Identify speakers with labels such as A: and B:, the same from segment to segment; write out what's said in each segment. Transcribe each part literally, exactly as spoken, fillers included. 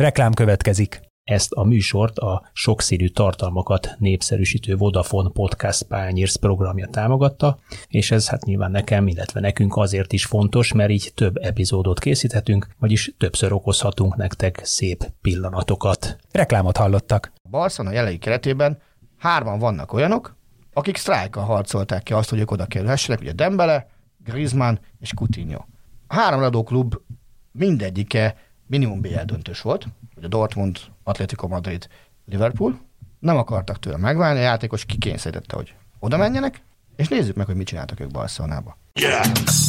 A: Reklám következik. Ezt a műsort a sokszínű tartalmakat népszerűsítő Vodafone Podcast Pioneers programja támogatta, és ez hát nyilván nekem, illetve nekünk azért is fontos, mert így több epizódot készíthetünk, vagyis többször okozhatunk nektek szép pillanatokat. Reklámot hallottak.
B: A Barcelona jelenlegi keretében hárman vannak olyanok, akik sztrájkkal harcolták ki azt, hogy ők oda kerülhessenek, ugye Dembele, Griezmann és Coutinho. A három radóklub mindegyike minimum bé el döntős volt, ugye Dortmund, Atletico Madrid, Liverpool. Nem akartak tőle megválni, a játékos kikényszerítette, hogy oda menjenek, és nézzük meg, hogy mit csináltak ők Barcelonába. Yeah!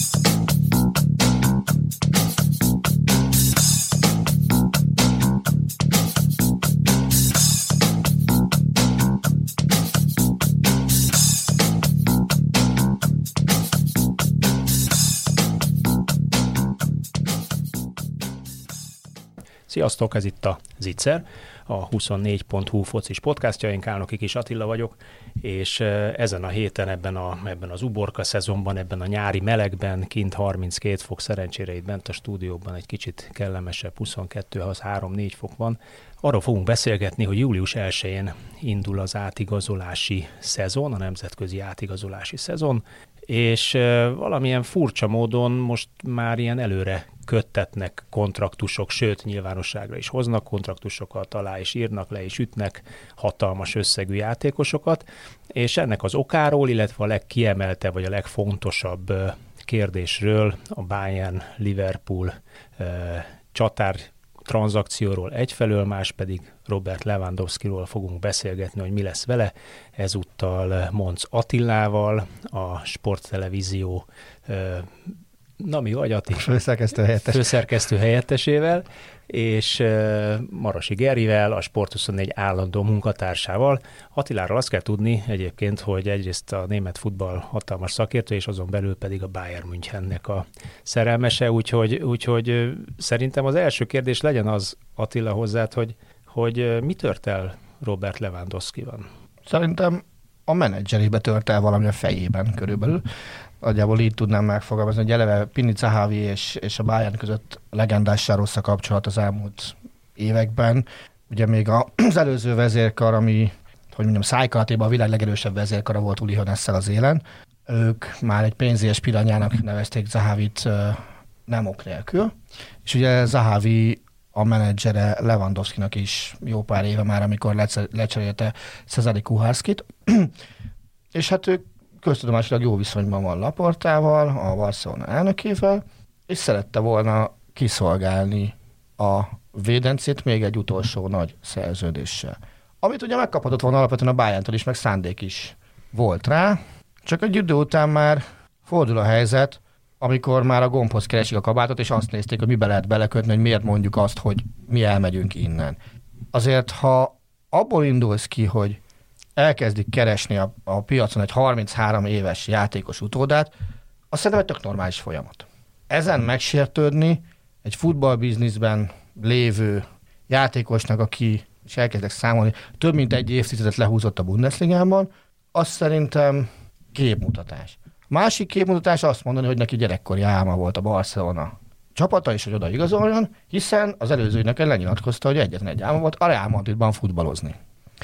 A: Sziasztok, ez itt a Zicser, a huszonnégy pont hu focis podcastja, én Kálnoki Kis Attila vagyok, és ezen a héten ebben, a, ebben az uborka szezonban, ebben a nyári melegben, kint harminckét fok, szerencsére itt bent a stúdióban egy kicsit kellemesebb, huszonkettő, az három-négy fok van. Arról fogunk beszélgetni, hogy július elsején indul az átigazolási szezon, a nemzetközi átigazolási szezon, és valamilyen furcsa módon most már ilyen előre köttetnek kontraktusok, sőt nyilvánosságra is hoznak kontraktusokat, alá is írnak, le is ütnek hatalmas összegű játékosokat, és ennek az okáról, illetve a legkiemeltebb vagy a legfontosabb kérdésről, a Bayern-Liverpool csatár tranzakcióról egyfelől, más pedig Robert Lewandowskiról fogunk beszélgetni, hogy mi lesz vele. Ezúttal Monc Attilával, a Sporttelevízió na mi vagy, Ati?
B: Főszerkesztő helyettes.
A: Főszerkesztő helyettesével, és Marosi Gerivel, a Sport huszonnégy állandó munkatársával. Attiláról azt kell tudni egyébként, hogy egyrészt a német futball hatalmas szakértő, és azon belül pedig a Bayern Münchennek a szerelmese, úgyhogy, úgyhogy szerintem az első kérdés legyen az, Attila, hozzád, hogy, hogy mi tört el Robert Lewandowskiban?
B: Szerintem a menedzserébe tört el valami a fejében körülbelül. Nagyjából így tudnám megfogalmazni, hogy eleve Pini Zahavi és, és a Bayern között legendássá rossz a kapcsolat az elmúlt években. Ugye még az előző vezérkar, ami, hogy mondjam, szájkaratében a világ legerősebb vezérkara volt Uli Hoenesszel az élen. Ők már egy pénzélyes piranyának nevezték Zahavit nem ok nélkül. És ugye Zahavi a menedzsere Lewandowskinak is jó pár éve már, amikor lecserélte Cezary Kuharskit. És hát ők köztudomásilag jó viszonyban van Laportával, a Barcelona elnökével, és szerette volna kiszolgálni a védencét még egy utolsó nagy szerződéssel. Amit ugye megkaphatott volna alapvetően a Bayerntől is, meg szándék is volt rá, csak egy idő után már fordul a helyzet, amikor már a gombhoz keresik a kabátot, és azt nézték, hogy mibe lehet belekötni, hogy miért mondjuk azt, hogy mi elmegyünk innen. Azért, ha abból indulsz ki, hogy elkezdik keresni a, a piacon egy harminchárom éves játékos utódát, azt szerintem egy tök normális folyamat. Ezen megsértődni egy futballbizniszben lévő játékosnak, aki, és elkezdek számolni, több mint egy évtizedet lehúzott a Bundesligában, az szerintem képmutatás. Másik képmutatás azt mondani, hogy neki gyerekkori álma volt a Barcelona csapata, és hogy oda igazoljon, hiszen az előző ügynökön lenyilatkozta, hogy egyetlen egy álma volt a Real Madridban futballozni.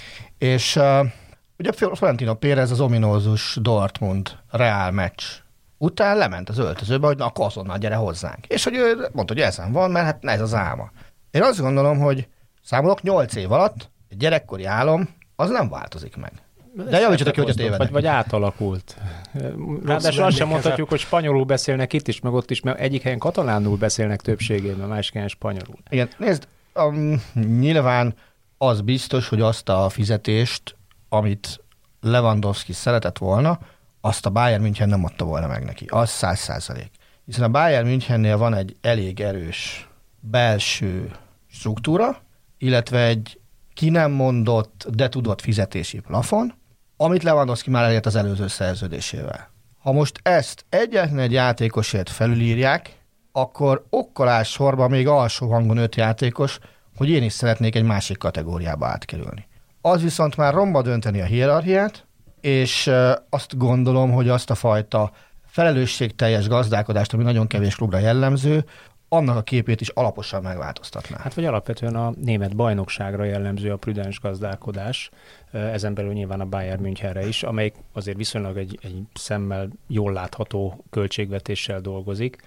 B: És uh, ugye Florentino Pérez az ominózus Dortmund Real meccs után lement az öltözőbe, hogy na, akkor azonnal gyere hozzánk. És hogy ő mondta, hogy ezen van, mert hát ez az álma. Én azt gondolom, hogy számolok nyolc év alatt egy gyerekkori álom, az nem változik meg. De javítsatok ki, hogy a tévedek.
A: Vagy, vagy átalakult. Ráadásul azt sem mondhatjuk, hogy spanyolul beszélnek itt is, meg ott is, mert egyik helyen katalánul beszélnek többségében, másik helyen spanyolul.
B: Igen, nézd, um, nyilván az biztos, hogy azt a fizetést, amit Lewandowski szeretett volna, azt a Bayern München nem adta volna meg neki. Az száz százalék. Hiszen a Bayern Münchennél van egy elég erős belső struktúra, illetve egy ki nem mondott, de tudott fizetési plafon, amit Lewandowski már elért az előző szerződésével. Ha most ezt egyetlen egy játékosért felülírják, akkor okkolás sorban még alsó hangon öt játékos, hogy én is szeretnék egy másik kategóriába átkerülni. Az viszont már romba dönteni a hierarchiát, és azt gondolom, hogy azt a fajta felelősségteljes gazdálkodást, ami nagyon kevés klubra jellemző, annak a képét is alaposan megváltoztatná.
A: Hát vagy alapvetően a német bajnokságra jellemző a prudens gazdálkodás, ezen belül nyilván a Bayern Münchenre is, amelyik azért viszonylag egy, egy szemmel jól látható költségvetéssel dolgozik,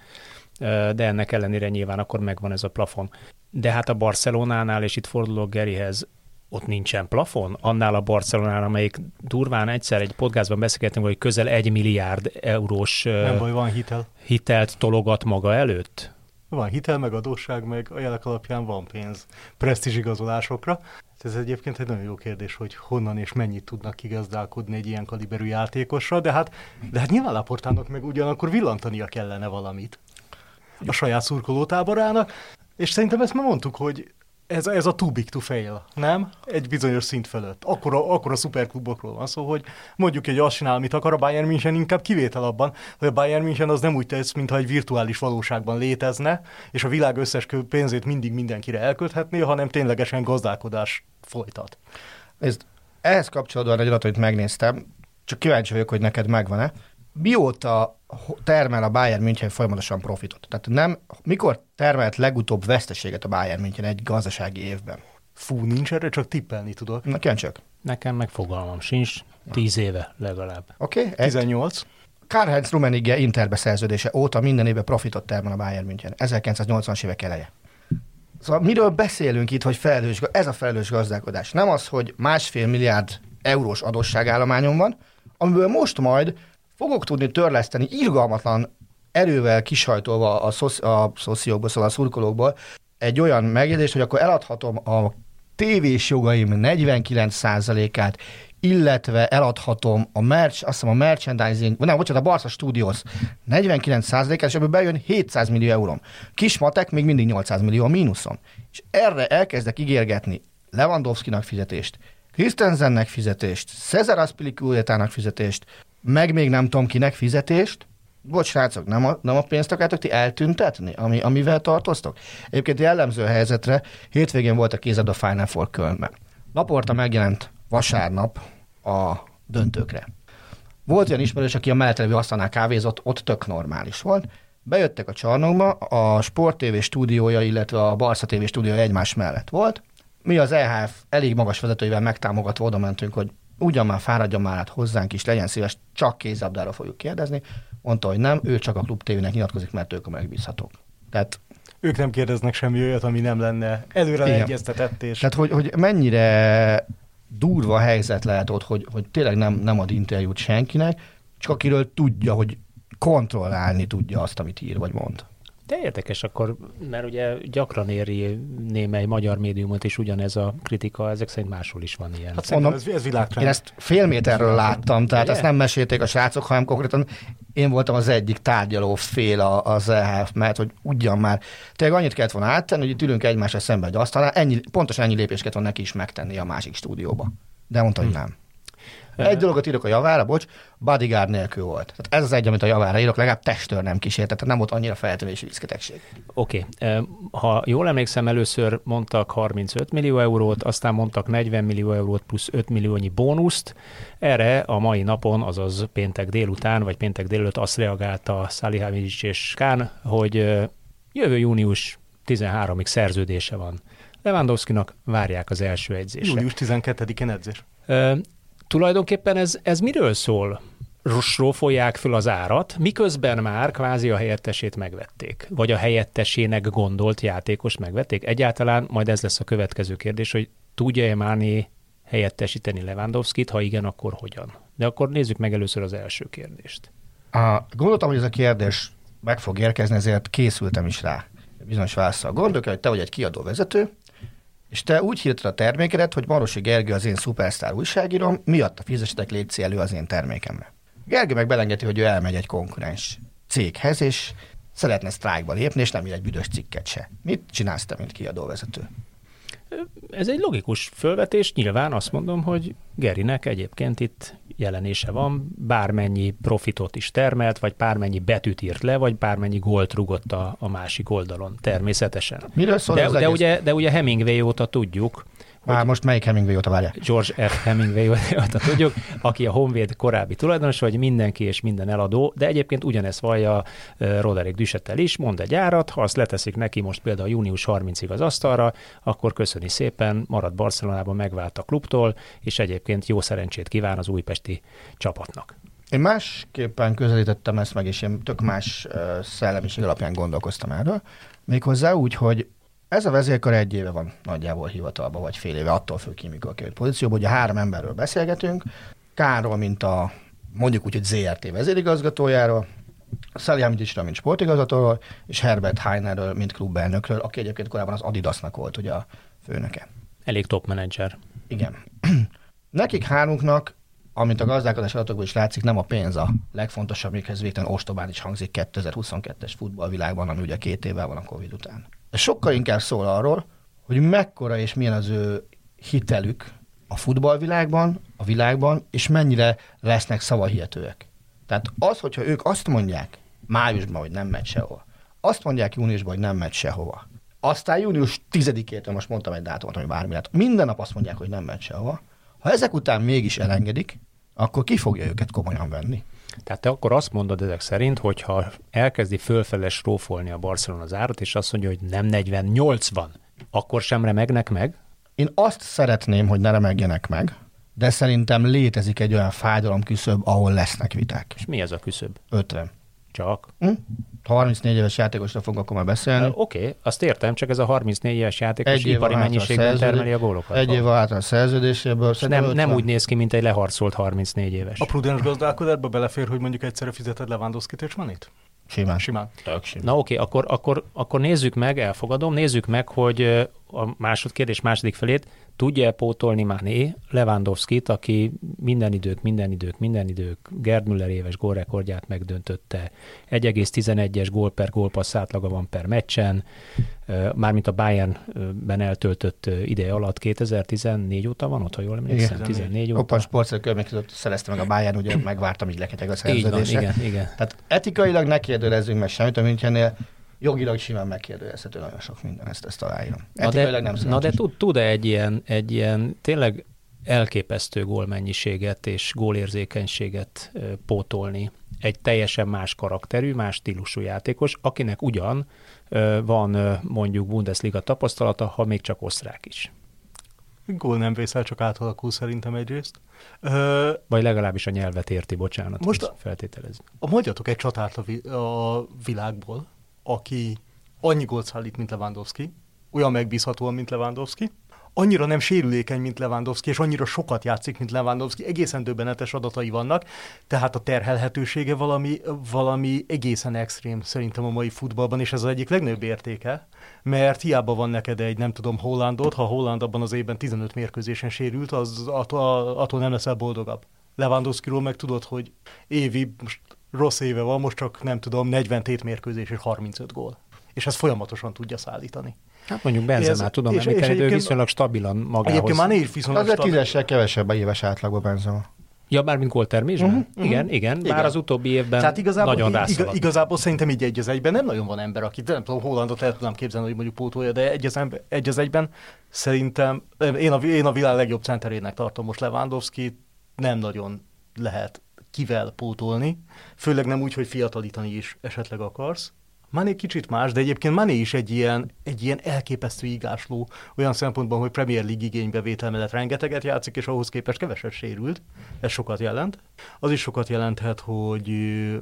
A: de ennek ellenére nyilván akkor megvan ez a plafon. De hát a Barcelonánál, és itt fordulok Gerihez, ott nincsen plafon, annál a Barcelonánál, amelyik durván egyszer egy podcastban beszélgetünk, hogy közel egy milliárd eurós
C: Nem baj, van hitel.
A: hitelt tologat maga előtt.
C: Van hitel, meg adósság, meg a jelek alapján van pénz presztízs igazolásokra. Ez egyébként egy nagyon jó kérdés, hogy honnan és mennyit tudnak kigazdálkodni egy ilyen kaliberű játékosra, de hát, de hát nyilván Laportának meg ugyanakkor villantania kellene valamit a saját szurkolótáborának, és szerintem ezt már mondtuk, hogy ez, ez a too big to fail, nem? Egy bizonyos szint fölött. Akkor a, akkor a szuperklubokról van szó, hogy mondjuk egy azt csinál, amit akar, a Bayern München inkább kivétel abban, hogy a Bayern München az nem úgy tesz, mintha egy virtuális valóságban létezne, és a világ összes pénzét mindig mindenkire elkölthetné, hanem ténylegesen gazdálkodás folytat.
B: Nézd, ehhez kapcsolódóan egy adatot megnéztem, csak kíváncsi vagyok, hogy neked megvan-e. Mióta termel a Bayern München folyamatosan profitot? Tehát nem, mikor termelt legutóbb veszteséget a Bayern München egy gazdasági évben?
C: Fú, nincs erre, csak tippelni tudok.
B: Nekem csak.
A: Nekem meg fogalmam sincs, tíz éve legalább.
B: Oké. Okay,
C: tizennyolc.
B: Karl-Heinz Rummenigge Interbe szerződése óta minden évben profitot termel a Bayern München. ezerkilencszáznyolcvanas évek eleje. Szóval miről beszélünk itt, hogy felelős, ez a felelős gazdálkodás? Nem az, hogy másfél milliárd eurós adósságállományon van, amiből most majd fogok tudni törleszteni irgalmatlan erővel kisajtolva a, szoci, a szociókból, szóval a szurkolókból egy olyan megjegyzést, hogy akkor eladhatom a tévés jogaim negyvenkilenc százalékát, illetve eladhatom a merch, azt hiszem a merchandising, nem, bocsánat, a Barca Studios negyvenkilenc százalékát, és ebből bejön hétszáz millió euróm. Kismatek még mindig nyolcszáz millió a mínuszom. És erre elkezdek ígérgetni Lewandowskinak fizetést, Christensennek fizetést, Cesar Azpilicuetának fizetést, meg még nem tudom kinek fizetést. Bocs, srácok, nem a, nem a pénzt akartok ti eltüntetni, ami, amivel tartoztok? Egyébként jellemző helyzetre hétvégén volt a kézabda Final Four Kölnben. Laporta megjelent vasárnap a döntőkre. Volt olyan ismerős, aki a mellettelevő asztalnál kávézott, ott tök normális volt. Bejöttek a csarnokba, a Sport té vé stúdiója, illetve a Barca té vé stúdiója egymás mellett volt. Mi az é há ef elég magas vezetőivel megtámogatva oda mentünk, hogy ugyan már fáradjon már át hozzánk is, legyen szíves, csak kézlabdára fogjuk kérdezni. Mondta, hogy nem, ő csak a Klub té vének nyilatkozik, mert ők a megbízhatók. Tehát
C: ők nem kérdeznek semmi olyat, ami nem lenne előre leegyeztetett. És...
B: Tehát, hogy, hogy mennyire durva helyzet lehet ott, hogy, hogy tényleg nem, nem ad interjút senkinek, csak akiről tudja, hogy kontrollálni tudja azt, amit ír vagy mond.
A: De érdekes akkor, mert ugye gyakran éri némely magyar médiumot is ugyanez a kritika, ezek szerint máshol is van ilyen.
C: Hát mondom, ez, ez világtrend.
B: Én ezt fél méterről láttam, tehát ezt nem mesélték a srácok, hanem konkrétan én voltam az egyik tárgyaló fél az é há ef, mert hogy ugyan már tényleg annyit kellett volna áttenni, hogy itt ülünk egymásra szembe egy asztalnál, ennyi, pontosan ennyi lépést kellett volna neki is megtenni a másik stúdióba. De mondta, hogy nem. Egy dolgot írok a javára, bocs, bodyguard nélkül volt. Tehát ez az egy, amit a javára írok, legalább testőr nem kísért, tehát nem volt annyira feltövési viszketegség.
A: Oké. Okay. Ha jól emlékszem, először mondtak harmincöt millió eurót, aztán mondtak negyven millió eurót plusz öt milliónyi bónuszt. Erre a mai napon, azaz péntek délután, vagy péntek délelőtt azt reagálta Salihamidzic és Kahn, hogy jövő június tizenharmadikig szerződése van. Lewandowskinak várják az első edzésre.
C: július tizenkettedikén edzés.
A: Tulajdonképpen ez, ez miről szól? Rófolják föl az árat, miközben már kvázi a helyettesét megvették. Vagy a helyettesének gondolt játékos megvették. Egyáltalán majd ez lesz a következő kérdés, hogy tudja-e Mané helyettesíteni Lewandowskit, ha igen, akkor hogyan? De akkor nézzük meg először az első kérdést.
B: A, gondoltam, hogy ez a kérdés meg fog érkezni, ezért készültem is rá bizonyos válaszsal. Gondolj el, hogy te vagy egy kiadó vezető, és te úgy hirdetted a termékedet, hogy Marosi Gergő az én szupersztár újságírom, miatta fizessetek létszi elő az én termékemre. Gergő meg belengedi, hogy ő elmegy egy konkurens céghez, és szeretne sztrájkba lépni, és nem ír egy büdös cikket se. Mit csinálsz te, mint kiadóvezető?
A: Ez egy logikus fölvetés, nyilván azt mondom, hogy Gerinek egyébként itt jelenése van, bármennyi profitot is termelt, vagy bármennyi betűt írt le, vagy bármennyi gólt rugott a, a másik oldalon, természetesen.
B: Miről szól
A: de,
B: az
A: de,
B: egész?
A: ugye, de ugye Hemingway óta tudjuk,
B: Már most melyik Hemingway óta várják?
A: George F. Hemingway óta tudjuk, aki a Honvéd korábbi tulajdonos, vagy mindenki és minden eladó, de egyébként ugyanezt vallja Roderick Duchettel is, mond egy árat, ha azt leteszik neki most például június harmincadikáig az asztalra, akkor köszöni szépen, marad Barcelonában, megvált a klubtól, és egyébként jó szerencsét kíván az újpesti csapatnak.
B: Én másképpen közelítettem ezt meg, és én tök más uh, szellemiség alapján gondolkoztam erről. Méghozzá úgy, hogy ez a vezérkar egy éve van nagyjából hivatalban, vagy fél éve, attól függ ki, mikor került pozícióban. Ugye három emberről beszélgetünk, Kánról, mint a mondjuk úgy, hogy zé er té vezérigazgatójáról, Salihamidzsicsről, mint sportigazgatóról, és Herbert Heinerről, mint klubelnökről, aki egyébként korábban az Adidasnak volt ugye a főnöke.
A: Elég top menedzser.
B: Igen. Nekik hármunknak, amint a gazdálkodás adatokból is látszik, nem a pénz a legfontosabb, mikhez végtelen ostobán is hangzik kétezer-huszonkettes futballvilágban, ami ugye két évvel van a Covid után. Ez sokkal inkább szól arról, hogy mekkora és milyen az ő hitelük a futballvilágban, a világban, és mennyire lesznek szavahihetőek. Tehát az, hogyha ők azt mondják májusban, hogy nem megy sehova, azt mondják júniusban, hogy nem megy sehova, aztán június tizedikétől, most mondtam egy dátumot, ami bármi lett, minden nap azt mondják, hogy nem megy sehova, ha ezek után mégis elengedik, akkor ki fogja őket komolyan venni?
A: Tehát te akkor azt mondod ezek szerint, hogyha elkezdi fölfele srófolni a Barcelona az árat, és azt mondja, hogy nem negyven, nyolcvan, akkor sem remegnek meg?
B: Én azt szeretném, hogy ne remegjenek meg, de szerintem létezik egy olyan fájdalomküszöb, ahol lesznek viták.
A: És mi ez a küszöb?
B: ötven.
A: Csak?
B: Hm? harmincnégy éves játékosra fogok akkor már beszélni.
A: Uh, Oké, okay, azt értem, csak ez a harmincnégy éves játékos
B: Egy év
A: ipari
B: van
A: mennyiségben
B: hátra a
A: termeli a gólokat.
B: Egy év által a szerződéséből.
A: Nem, nem úgy néz ki, mint egy leharcolt harmincnégy éves.
C: A prudens gazdálkodásba belefér, hogy mondjuk egyszerre fizeted Lewandowskit és Manit?
B: Simán.
C: Simán.
B: Tök simán.
A: Na oké, okay, akkor, akkor, akkor nézzük meg, elfogadom, nézzük meg, hogy a másodkérdés második felét tudja-e pótolni Mané Lewandowskit, aki minden idők, minden idők, minden idők Gerd Müller éves gólrekordját megdöntötte. egy egész tizenegyes gól per gólpassz átlaga van per meccsen, mármint a Bayernben eltöltött ideje alatt kétezer-tizennégy óta van ott, ha jól emlékszem, tizennégy óta.
B: Oppan sportszerkörmény között szerezte meg a Bayern, ugye megvártam, így leketeg a szerződése.
A: Igen, igen.
B: Tehát etikailag ne kérdőlezzünk meg semmit, a Münchennél jogilag simán megkérdőjelezhető nagyon sok minden, ezt, ezt aláírom. Etikailag nem
A: Na de tud, tud-e egy ilyen, egy ilyen tényleg elképesztő gólmennyiséget és gólérzékenységet pótolni egy teljesen más karakterű, más stílusú játékos, akinek ugyan van mondjuk Bundesliga tapasztalata, ha még csak osztrák is.
C: Gól nem vészel, csak átalakul szerintem egyrészt.
A: Ö... Vagy legalábbis a nyelvet érti, bocsánat,
C: most a,
A: feltételezni.
C: A mondjatok egy csatát a, vi- a világból, aki annyi gólt szállít, mint Lewandowski, olyan megbízhatóan, mint Lewandowski, annyira nem sérülékeny, mint Lewandowski, és annyira sokat játszik, mint Lewandowski, egészen döbbenetes adatai vannak, tehát a terhelhetősége valami, valami egészen extrém szerintem a mai futballban, és ez az egyik legnagyobb értéke, mert hiába van neked egy, nem tudom, Hollandot, ha Holland abban az évben tizenöt mérkőzésen sérült, az attól, attól nem leszel boldogabb. Lewandowskiról meg tudod, hogy évi, most rossz éve van, most csak nem tudom, negyvenhét mérkőzés és harmincöt gól. És ezt folyamatosan tudja szállítani.
A: Hát mondjuk Benzemát tudom említeni, de ő viszonylag stabilan magához.
C: Egyébként már négy viszonylag
B: stabilan. Azért tízessel kevesebb a éves átlagban Benzema.
A: Ja, bármint góltermésben? Uh-huh, uh-huh. Igen, igen,
C: igen.
A: Bár az utóbbi évben
C: Tehát igazából,
A: nagyon rászaladt.
C: Igazából szerintem így egy az egyben nem nagyon van ember, aki nem tudom, Hollandot el tudnám képzelni, hogy mondjuk pótolja, de egy az, ember, egy az egyben szerintem én a, én a világ legjobb centerének tartom most Lewandowski, nem nagyon lehet kivel pótolni, főleg nem úgy, hogy fiatalítani is esetleg akarsz. Mané kicsit más, de egyébként Mané is egy ilyen, egy ilyen elképesztő igásló, olyan szempontban, hogy Premier League igénybevétel mellett rengeteget játszik, és ahhoz képest keveset sérült. Ez sokat jelent. Az is sokat jelenthet, hogy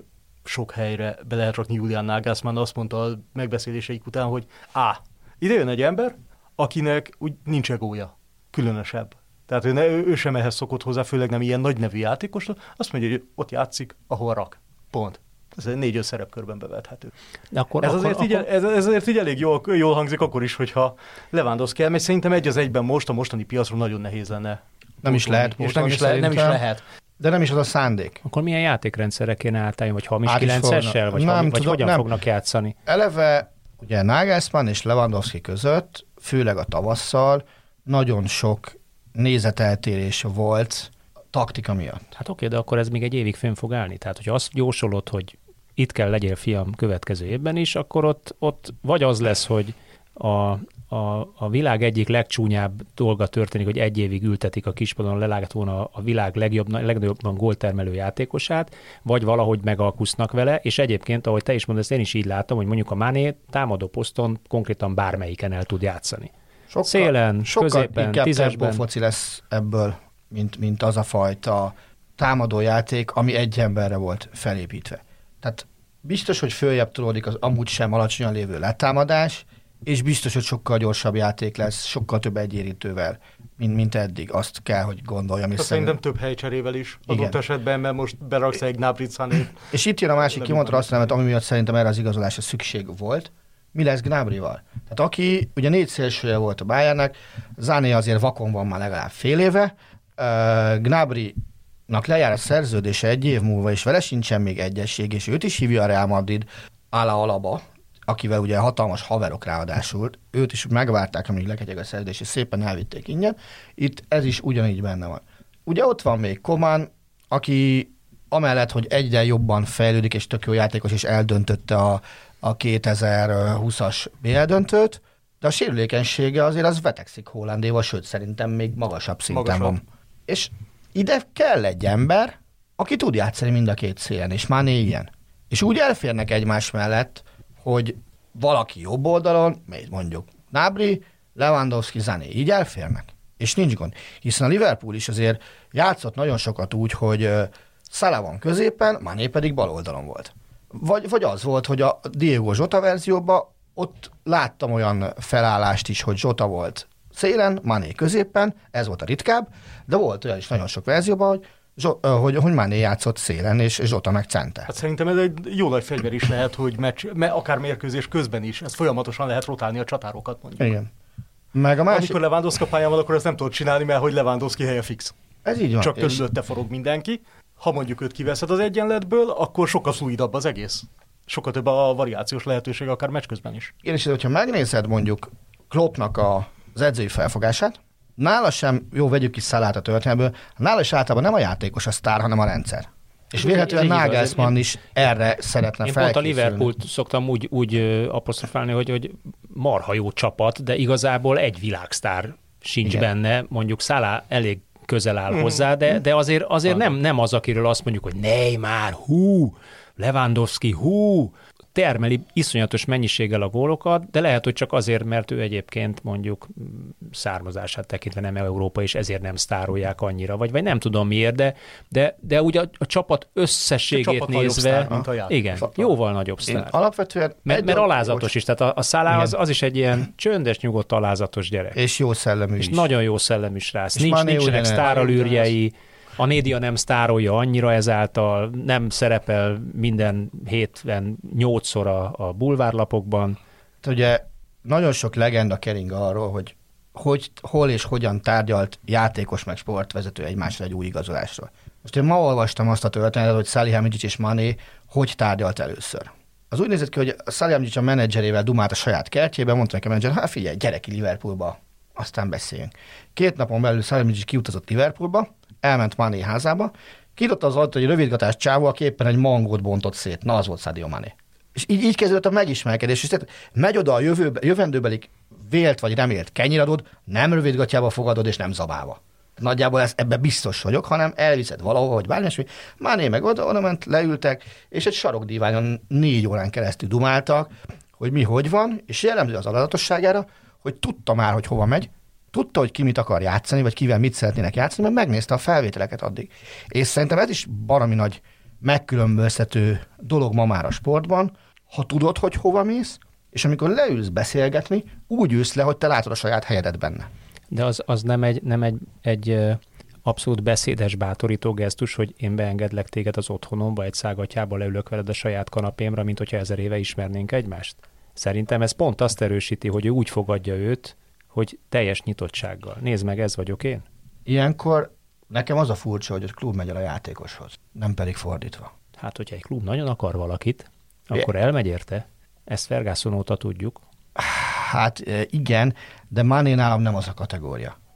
C: sok helyre be lehet rakni Julian Nagelsmann, azt mondta a megbeszéléseik után, hogy á, ide jön egy ember, akinek úgy nincs egója, különösebb. Tehát ő, ne, ő sem ehhez szokott hozzá, főleg nem ilyen nagy nevű játékos, azt mondja, hogy ott játszik, ahol rak. Pont. Ez egy négy-öt szerepkörben bevethető.
A: Akkor,
C: ez,
A: akkor,
C: azért
A: akkor...
C: Így, ez, ez azért így elég jól, jól hangzik akkor is, hogyha Lewandowski elmegy. Szerintem egy az egyben most a mostani piacról nagyon nehéz lenne.
B: Nem is lehet
C: most nem is, le, nem is lehet.
B: De nem is az a szándék.
A: Akkor milyen játékrendszerre kéne átállni, vagy hamis kilencessel, vagy, nem, vagy tudom, hogyan nem. fognak játszani?
B: Eleve ugye Nagelsmann és Lewandowski között, főleg a tavasszal, nagyon sok nézeteltérés volt taktika miatt.
A: Hát oké, de akkor ez még egy évig fönn fog állni. Tehát, hogyha azt jósolod, hogy itt kell legyél, fiam, következő évben is, akkor ott, ott vagy az lesz, hogy a, a, a világ egyik legcsúnyább dolga történik, hogy egy évig ültetik a kispadon, lelágat volna a világ legjobb, legnagyobbban góltermelő játékosát, vagy valahogy megalkusznak vele, és egyébként, ahogy te is mondasz, én is így látom, hogy mondjuk a Mané támadó poszton konkrétan bármelyiken el tud játszani. Sokkal, Szélen,
B: sokkal
A: középen,
B: inkább
A: tízesben.
B: foci lesz ebből, mint, mint az a fajta támadójáték, ami egy emberre volt felépítve. Tehát biztos, hogy följebb tolódik az amúgy sem alacsonyan lévő letámadás, és biztos, hogy sokkal gyorsabb játék lesz, sokkal több egyérítővel, mint, mint eddig. Azt kell, hogy gondoljam.
C: És szerintem több helycserével is adott igen. esetben, mert most beraksz egy Gnabryt, Sanét.
B: És itt jön a másik kimondra azt nevet, ami miatt szerintem erre az igazolásra szükség volt. Mi lesz Gnabryval? Tehát aki, ugye négy szélsője volt a Bayernnek, Sané azért vakon van már legalább fél éve, uh, Gnabrynak lejár a szerződése egy év múlva, és vele sincsen még egyesség, és őt is hívja a Real Madrid, Ala Alaba, akivel ugye hatalmas haverok ráadásul, őt is megvárták, amíg leketyeg a szerződés, és szépen elvitték ingyen. Itt ez is ugyanígy benne van. Ugye ott van még Coman, aki amellett, hogy egyre jobban fejlődik, és tök jó játékos, és eldöntötte a, a kétezer-húszas bé el döntőt, de a sérülékenysége azért az vetekszik Haalandéval, sőt szerintem még magasabb szinten magasabb. van. És ide kell egy ember, aki tud játszani mind a két szélen, és Mané ilyen. És úgy elférnek egymás mellett, hogy valaki jobb oldalon, mondjuk Gnabry, Lewandowski, Sané, így elférnek. És nincs gond. Hiszen a Liverpool is azért játszott nagyon sokat úgy, hogy uh, Salah van középen, Mané pedig bal oldalon volt. Vagy, vagy az volt, hogy a Diego Jota verzióban ott láttam olyan felállást is, hogy Jota volt szélen, Mané középen, ez volt a ritkább, de volt olyan is nagyon sok verzióban, hogy hogy, hogy Mané játszott szélen, és Jota meg center.
C: Hát szerintem ez egy jó nagy fegyver is lehet, hogy meccs, akár mérkőzés közben is, ez folyamatosan lehet rotálni a csatárokat, mondjuk.
B: Igen. Meg a másik...
C: Amikor Lewandowski pályán van, akkor ezt nem tudod csinálni, mert hogy Lewandowski helye fix.
B: Ez így van.
C: Csak körülötte forog mindenki. Ha mondjuk őt kiveszed az egyenletből, akkor sokkal fluidabb az egész. Sokkal több a variációs lehetőség, akár meccs közben is.
B: Igen, és hogyha megnézed mondjuk Kloppnak a, az edzői felfogását, nála sem, jó, vegyük ki Salát a történetből, nála is általában nem a játékos a sztár, hanem a rendszer. És vélhetően Nagelsmann is erre szeretne
A: én
B: felkészülni.
A: Én pont a Liverpoolt szoktam úgy, úgy apostrofálni, hogy, hogy marha jó csapat, de igazából egy világsztár sincs igen. benne, mondjuk Salah elég közel áll mm. hozzá, de, de azért, azért nem, nem az, akiről azt mondjuk, hogy Neymar, hú, Lewandowski, hú, termeli iszonyatos mennyiséggel a gólokat, de lehet, hogy csak azért, mert ő egyébként mondjuk származását tekintve nem Európa, és ezért nem sztárolják annyira, vagy, vagy nem tudom miért, de, de, de ugye a, a csapat összességét a csapat nézve, sztár, mint a igen, jóval nagyobb sztár. Én
B: alapvetően
A: mert, mert alázatos most... is, tehát a, a Salah az, az is egy ilyen csöndes, nyugodt, alázatos gyerek.
B: És jó szellemű
A: és
B: is.
A: nagyon jó szellemű srác. Nincs, nincsenek sztáralűrjei. A média nem sztárolja annyira ezáltal, nem szerepel minden héten nyolcszor a, a bulvárlapokban.
B: Ugye nagyon sok legenda kering arról, hogy, hogy hol és hogyan tárgyalt játékos meg sportvezető egymásra egy új igazolásról. Most én ma olvastam azt a történetet, hogy Salihamidzic és Mané hogy tárgyalt először. Az úgy nézett ki, hogy Salihamidzic a menedzserével dumált a saját kertjében, mondta neki a menedzser, hát figyelj, gyere ki Liverpoolba, aztán beszéljünk. Két napon belül Salihamidzic kiutazott Liverpoolba, elment Mané házába, kinyitotta az ajtót, hogy rövidgatás csávó, aki éppen egy mangót bontott szét. Na, az volt Sadio Mané. És így, így kezdődött a megismerkedés, és tehát megy oda a jövőbe, jövendőbeli vélt vagy remélt kenyiradod, nem rövidgatjába fogadod, és nem zabálva. Nagyjából ez, ebben biztos vagyok, hanem elviszed valahova, hogy bármi, és Mané meg oda, oda ment, leültek, és egy sarokdíványon négy órán keresztül dumáltak, hogy mi hogy van, és jellemző az adatosságára, hogy tudta már, hogy hova megy, tudta, hogy ki mit akar játszani, vagy kivel mit szeretnének játszani, mert megnézte a felvételeket addig. És szerintem ez is baromi nagy megkülönböztető dolog ma már a sportban, ha tudod, hogy hova mész, és amikor leülsz beszélgetni, úgy ülsz le, hogy te látod a saját helyedet benne.
A: De az, az nem egy, nem egy, egy abszolút beszédes, bátorító gesztus, hogy én beengedlek téged az otthonomba, egy szágatjába leülök veled a saját kanapémra, mint hogyha ezer éve ismernénk egymást. Szerintem ez pont azt erősíti, hogy ő úgy fogadja őt, hogy teljes nyitottsággal. Nézd meg, ez vagyok én.
B: Ilyenkor nekem az a furcsa, hogy a klub megy el a játékoshoz, nem pedig fordítva.
A: Hát, hogyha egy klub nagyon akar valakit, akkor elmegy érte. Ezt Ferguson óta tudjuk.
B: Hát igen, de Mané nálam nem az a kategória.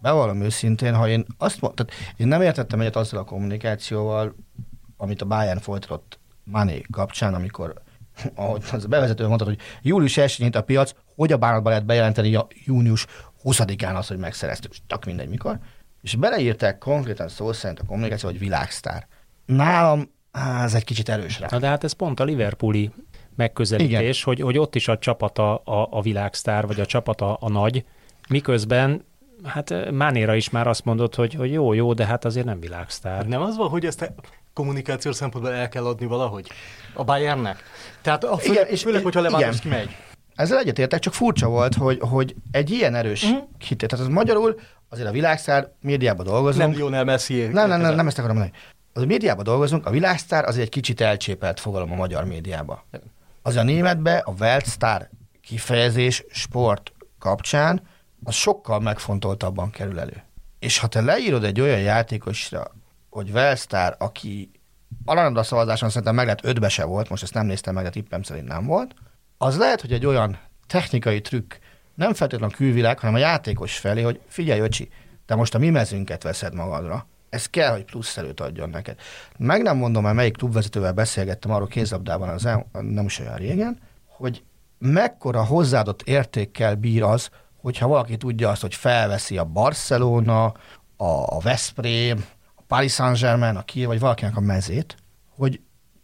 B: bevallom őszintén, ha én azt mondtam, én nem értettem egyet azzal a kommunikációval, amit a Bayern folytatott Mané kapcsán, amikor, ahogy az a bevezető mondtad, hogy július elsején nyit a piac, hogy a bánatban lehet bejelenteni a június huszadikán azt, hogy megszereztük, csak mindegy mikor. És beleírták konkrétan szó szerint a kommunikáció, hogy világsztár. Nálam á, ez egy kicsit erős rá.
A: Na de hát ez pont a liverpooli megközelítés, hogy, hogy ott is a csapata a, a világsztár, vagy a csapata a nagy, miközben hát Manéra is már azt mondod, hogy, hogy jó, jó, de hát azért nem világsztár.
C: Hát nem az van, hogy ezt a kommunikációs szempontból el kell adni valahogy a Bayernnek? Tehát a főleg, igen, főleg hogyha Lewandowski megy.
B: Ezzel egyetértek, csak furcsa volt, hogy, hogy egy ilyen erős uh-huh. hitét. Tehát az magyarul azért a világsztár médiában dolgozunk.
C: Nem Lionel Messi.
B: Nem, nem, nem, nem ezt akarom mondani. Az a médiában dolgozunk, a világsztár az egy kicsit elcsépelt fogalom a magyar médiába. Az a németbe a Weltsztár kifejezés sport kapcsán az sokkal megfontoltabban kerül elő. És ha te leírod egy olyan játékosra, hogy Weltsztár, aki Aranada szavazáson szerintem meg lett ötbe se volt, most ezt nem néztem meg, a tippem szerint nem volt, az lehet, hogy egy olyan technikai trükk, nem feltétlenül a külvilág, hanem a játékos felé, hogy figyelj, öcsi, te most a mi mezünket veszed magadra. Ez kell, hogy plusz erőt adjon neked. Meg nem mondom, mert melyik klubvezetővel beszélgettem arról kézlabdában az el, nem is olyan régen, hogy mekkora hozzáadott értékkel bír az, hogyha valaki tudja azt, hogy felveszi a Barcelona, a Veszprém, a Paris Saint-Germain, a Kiel, vagy valakinek a mezét, hogy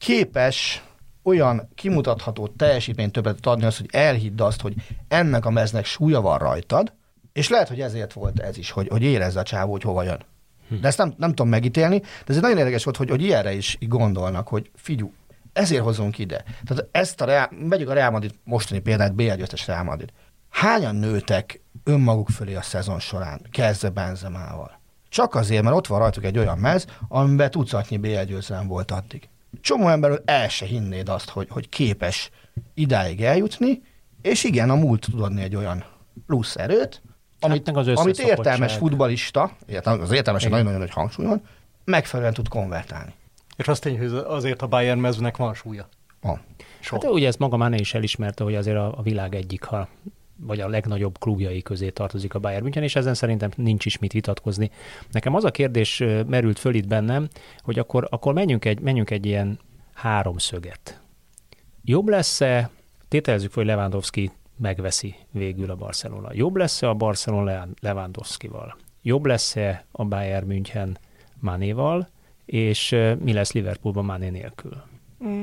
B: képes olyan kimutatható teljesítményt többet adni az, hogy elhidd azt, hogy ennek a meznek súlya van rajtad, és lehet, hogy ezért volt ez is, hogy, hogy érezze a csávó, hogy hova jön. De ezt nem, nem tudom megítélni, de ez egy nagyon érdekes volt, hogy, hogy ilyenre is gondolnak, hogy figyú, ezért hozunk ide. Tehát ezt a Real, vegyük a Real Madrid mostani példát, bé el győztes Real Madrid. Hányan nőtek önmaguk fölé a szezon során, kezdve Benzemával? Csak azért, mert ott van rajtuk egy olyan mez, amiben tucatnyi bé el győzelem volt addig. Csomó emberről el se hinnéd azt, hogy, hogy képes idáig eljutni, és igen, a múlt tud adni egy olyan plusz erőt, amit, amit értelmes futballista, az értelmes nagyon-nagyon nagy hangsúlyon, megfelelően tud konvertálni.
C: És azt tény, hogy azért a Bayern mezőnek van súlya.
B: Van.
A: Hát ugye ezt maga Mané is elismerte, hogy azért a, a világ egyik, ha, vagy a legnagyobb klubjai közé tartozik a Bayern München, és ezen szerintem nincs is mit vitatkozni. Nekem az a kérdés merült föl itt bennem, hogy akkor, akkor menjünk, egy, menjünk egy ilyen háromszöget. Jobb lesz-e, tételezzük, hogy Lewandowski megveszi végül a Barcelona. Jobb lesz-e a Barcelona Lewandowskival? Jobb lesz-e a Bayern München Manéval? És mi lesz Liverpoolban Mané nélkül?
C: Mm.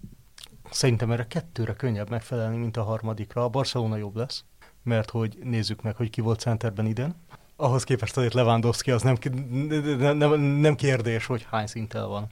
C: Szerintem erre kettőre könnyebb megfelelni, mint a harmadikra. A Barcelona jobb lesz, mert hogy nézzük meg, hogy ki volt centerben idén. Ahhoz képest azért Lewandowski az nem, nem, nem kérdés, hogy hány szinttel van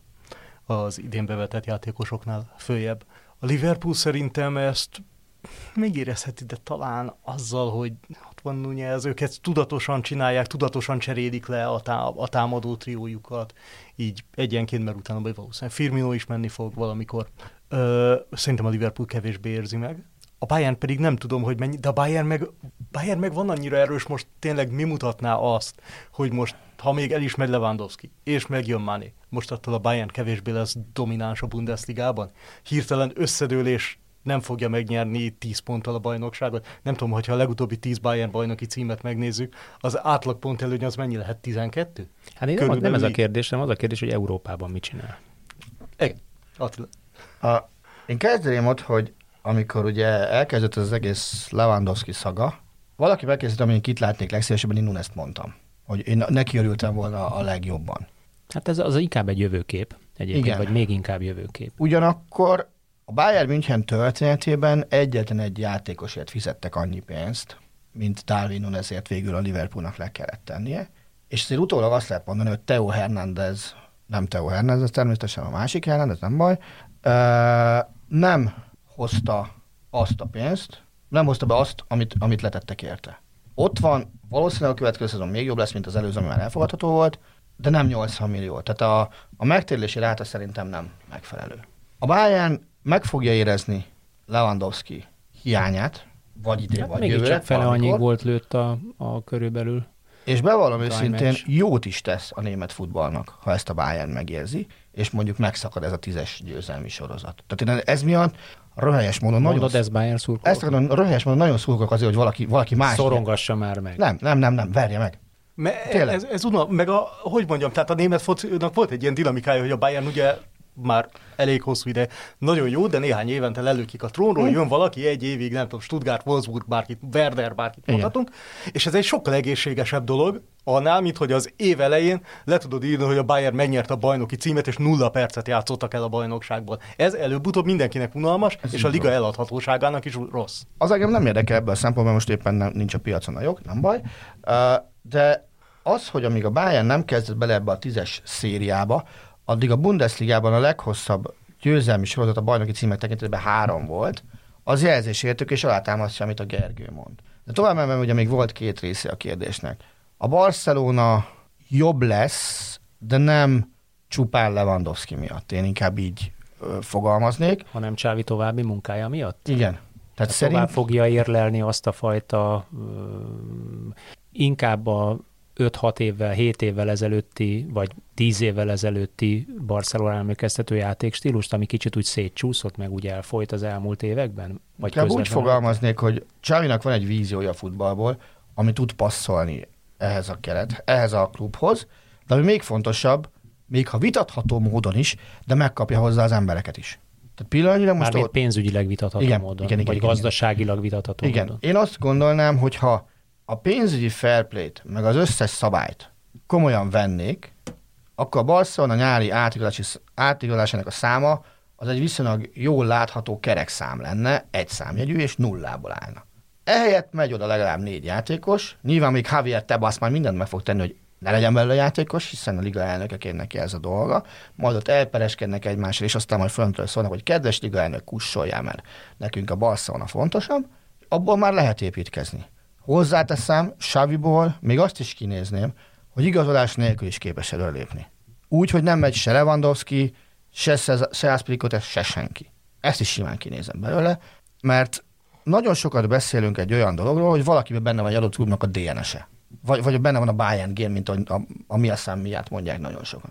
C: az idén bevetett játékosoknál följebb. A Liverpool szerintem ezt még érezheti, de talán azzal, hogy ott van Nunez, őket tudatosan csinálják, tudatosan cserélik le a, tá- a támadó triójukat, így egyenként, mert utána vagy valószínűleg Firmino is menni fog valamikor. Ö, szerintem a Liverpool kevésbé érzi meg. A Bayern pedig nem tudom, hogy mennyi, de a Bayern meg, Bayern meg van annyira erős, most tényleg mi mutatná azt, hogy most, ha még el is megy Lewandowski, és megjön Mané, most attól a Bayern kevésbé lesz domináns a Bundesligában. Hirtelen összedőlés nem fogja megnyerni tíz ponttal a bajnokságot. Nem tudom, hogyha a legutóbbi tíz Bayern bajnoki címet megnézzük, az átlag pont előny az mennyi lehet? tizenkettő?
A: Hát én nem, nem ez a kérdés, nem az a kérdés, hogy Európában mit csinál.
C: Igen. Attila.
B: A, én kezdeném ott, hogy amikor ugye elkezdett az egész Lewandowski szaga, valaki megkérdezte, hogy kit látnék legszívesebben, én Nunezt mondtam. Hogy én neki örültem volna a legjobban.
A: Hát ez az inkább egy jövőkép egyébként,
B: igen.
A: Vagy még inkább jövőkép.
B: Ugyanakkor a Bayern München történetében egyetlen egy játékosért fizettek annyi pénzt, mint Darwin Nunezért végül a Liverpoolnak le kellett tennie. És azért utólag azt lehet mondani, hogy Theo Hernández, nem Theo Hernández, természetesen a másik Hernández, nem baj, nem hozta azt a pénzt, nem hozta be azt, amit, amit letettek érte. Ott van, valószínűleg a következő szezon még jobb lesz, mint az előző, ami már elfogadható volt, de nem nyolcvan millió. Tehát a, a megtérülési ráta szerintem nem megfelelő. A Bayern meg fogja érezni Lewandowski hiányát, vagy idén, hát vagy jövőre.
A: Mégis csak fele annyi volt lőtt a, a körülbelül.
B: És bevallom őszintén, jót is tesz a német futballnak, ha ezt a Bayern megérzi, és mondjuk megszakad ez a tízes győzelmi sorozat. Tehát ez miatt röhelyes módon
A: Mondod,
B: nagyon...
A: ez Bayern szurkolók?
B: Ezt akarom, röhelyes módon nagyon szurkolok azért, hogy valaki, valaki más...
A: Szorongassa már meg.
B: Nem, nem, nem, nem, verje meg.
C: Me, ez, ez unal, meg a, hogy mondjam, tehát a német focinak volt egy ilyen dinamikája, hogy a Bayern ugye már elég hosszú ide, nagyon jó, de néhány évente lelőkik a trónról, jön valaki egy évig, nem tudom, Stuttgart, Wolfsburg, bárkit, Werder, bárkit mondhatunk, és ez egy sokkal egészségesebb dolog, annál, mint hogy az év elején le tudod írni, hogy a Bayern megnyerte a bajnoki címet, és nulla percet játszottak el a bajnokságból. Ez előbb-utóbb mindenkinek unalmas, ez és a liga eladhatóságának is rossz.
B: Az engem nem érdekel ebből a szempontból, most éppen nem, nincs a piacon a jog, nem baj, de az, hogy amíg a Bayern nem kezdett bele ebbe a tízes szériába, addig a Bundesligában a leghosszabb győzelmi sorozat a bajnoki címek tekintetében három volt, az jelzésértük, és alátámasztja, amit a Gergő mond. De tovább menve, ugye még volt két része a kérdésnek. A Barcelona jobb lesz, de nem csupán Lewandowski miatt. Én inkább így ö, fogalmaznék.
A: Hanem Xavi további munkája miatt?
B: Igen. Tehát
A: Tehát
B: szerint...
A: tovább fogja érlelni azt a fajta ö, inkább a öt-hat évvel, hét évvel ezelőtti, vagy tíz évvel ezelőtti Barcelona emlékeztető játékstílust, ami kicsit úgy szétcsúszott, meg úgy elfolyt az elmúlt években? Vagy
B: úgy fogalmaznék, hogy Xavinak van egy víziója a futballból, ami tud passzolni ehhez a keret, ehhez a klubhoz, de ami még fontosabb, még ha vitatható módon is, de megkapja hozzá az embereket is. Tehát pillanatnyilag most...
A: Mármint pénzügyileg vitatható
B: igen,
A: módon,
B: igen, igen,
A: vagy
B: igen,
A: gazdaságilag vitatható
B: igen.
A: módon.
B: Én azt gondolnám, hogy ha a pénzügyi fair play-t, meg az összes szabályt komolyan vennék, akkor a Barcelona nyári átigazolásának a száma az egy viszonylag jól látható kerekszám lenne, egy számjegyű, és nullából állna. Ehelyett megy oda legalább négy játékos, nyilván még Javier Tebas már mindent meg fog tenni, hogy ne legyen belőle játékos, hiszen a liga elnökeként neki ez a dolga, majd ott elpereskednek egymásra, és aztán majd föntről szólnak, hogy kedves liga elnök, kussoljál, mert nekünk a Barcelona fontosabb, abból már lehet építkezni. Hozzáteszem, Xaviból még azt is kinézném, hogy igazolás nélkül is képes előlépni. Úgy, hogy nem megy se Lewandowski, se, se Azpilicueta, se senki. Ezt is simán kinézem belőle, mert nagyon sokat beszélünk egy olyan dologról, hogy valakiben benne van egy adott klubnak a dé en es-e. Vagy, vagy benne van a Bayern gén, mint a, a, a mi a szám miatt mondják nagyon sokan.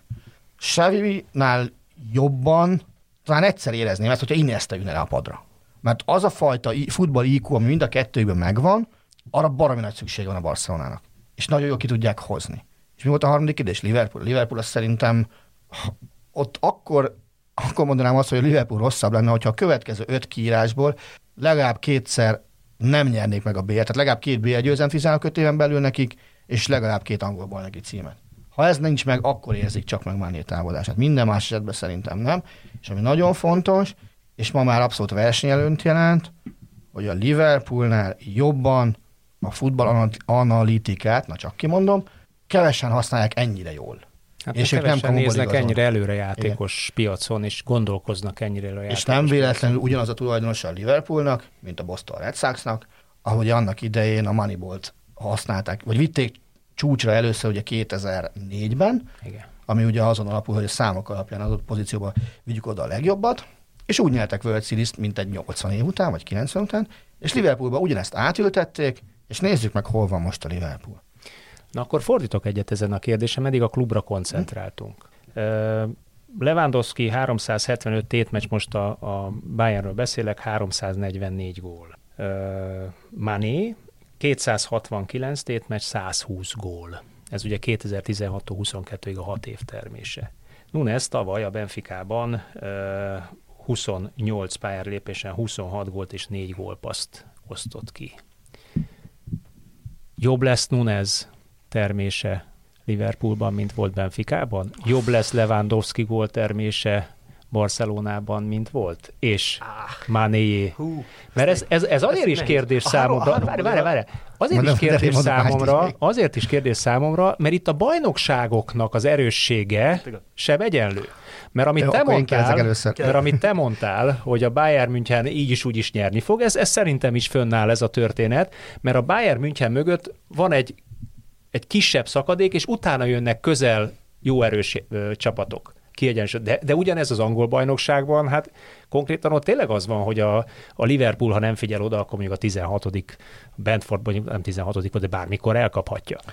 B: Xavinál jobban talán egyszer érezném ezt, hogyha Iniesta ülne le a padra. Mert az a fajta futball í kú, ami mind a kettőjükben megvan, arra baromi nagy szüksége van a Barcelonának. És nagyon jól ki tudják hozni. És mi volt a harmadik kérdés? Liverpool. Liverpool azt szerintem ott akkor, akkor mondanám azt, hogy a Liverpool rosszabb lenne, hogyha a következő öt kiírásból legalább kétszer nem nyernék meg a bé el, tehát legalább két bé el győzelmet fizetnek öt éven belül nekik, és legalább két angol bajnoki címet. Ha ez nincs meg, akkor érzik csak meg Mané távozását. Minden más esetben szerintem nem. És ami nagyon fontos, és ma már abszolút versenyelőnyt jelent, hogy a Liverpoolnál jobban a futball analitikát, na csak kimondom, kevesen használják ennyire jól.
A: Hát
B: és
A: ők nem néznek
B: igazol.
A: ennyire előre játékos igen. piacon, és gondolkoznak ennyire előre játékos
B: És nem véletlenül piacon. Ugyanaz a tulajdonosa a Liverpoolnak, mint a Boston Red Soxnak, ahogy annak idején a Moneyballt használták, vagy vitték csúcsra először ugye kétezer-négyben, igen. ami ugye azon alapul, hogy a számok alapján adott pozícióban vigyük oda a legjobbat, és úgy nyertek World Series-t, mint egy nyolcvan év után, vagy kilencven után, és Liverpoolba ugyanezt átültették, és nézzük meg, hol van most a Liverpool.
A: Na akkor fordítok egyet ezen a kérdésen, eddig a klubra koncentráltunk. Hmm. Lewandowski háromszázhetvenöt tétmeccs, most a, a Bayernről beszélek, háromszáznegyvennégy gól. Mané kétszázhatvankilenc tétmeccs, százhúsz gól. Ez ugye kétezer-tizenhattól huszonkettőig a hat év termése. Nunes tavaly a Benficában huszonnyolc pályára lépésen huszonhat gólt és négy gólpasszt osztott ki. Jobb lesz Nunes termése Liverpoolban, mint volt Benficában? Jobb lesz Lewandowski gól termése Barcelonában, mint volt? És Manéjé. Mert ez, ez, ez azért is kérdés számomra. Várj, várj, várj. Azért is kérdés számomra, azért is kérdés számomra, mert itt a bajnokságoknak az erőssége sem egyenlő. Mert amit, te mondtál, mert amit te mondtál, hogy a Bayern München így is úgy is nyerni fog, ez, ez szerintem is fönnáll ez a történet, mert a Bayern München mögött van egy, egy kisebb szakadék, és utána jönnek közel jó erős ö, csapatok. De, de ugyanez az angol bajnokságban, hát konkrétan ott tényleg az van, hogy a, a Liverpool, ha nem figyel oda, akkor mondjuk a tizenhatodik Brentfordban, nem tizenhatodik de bármikor elkaphatja.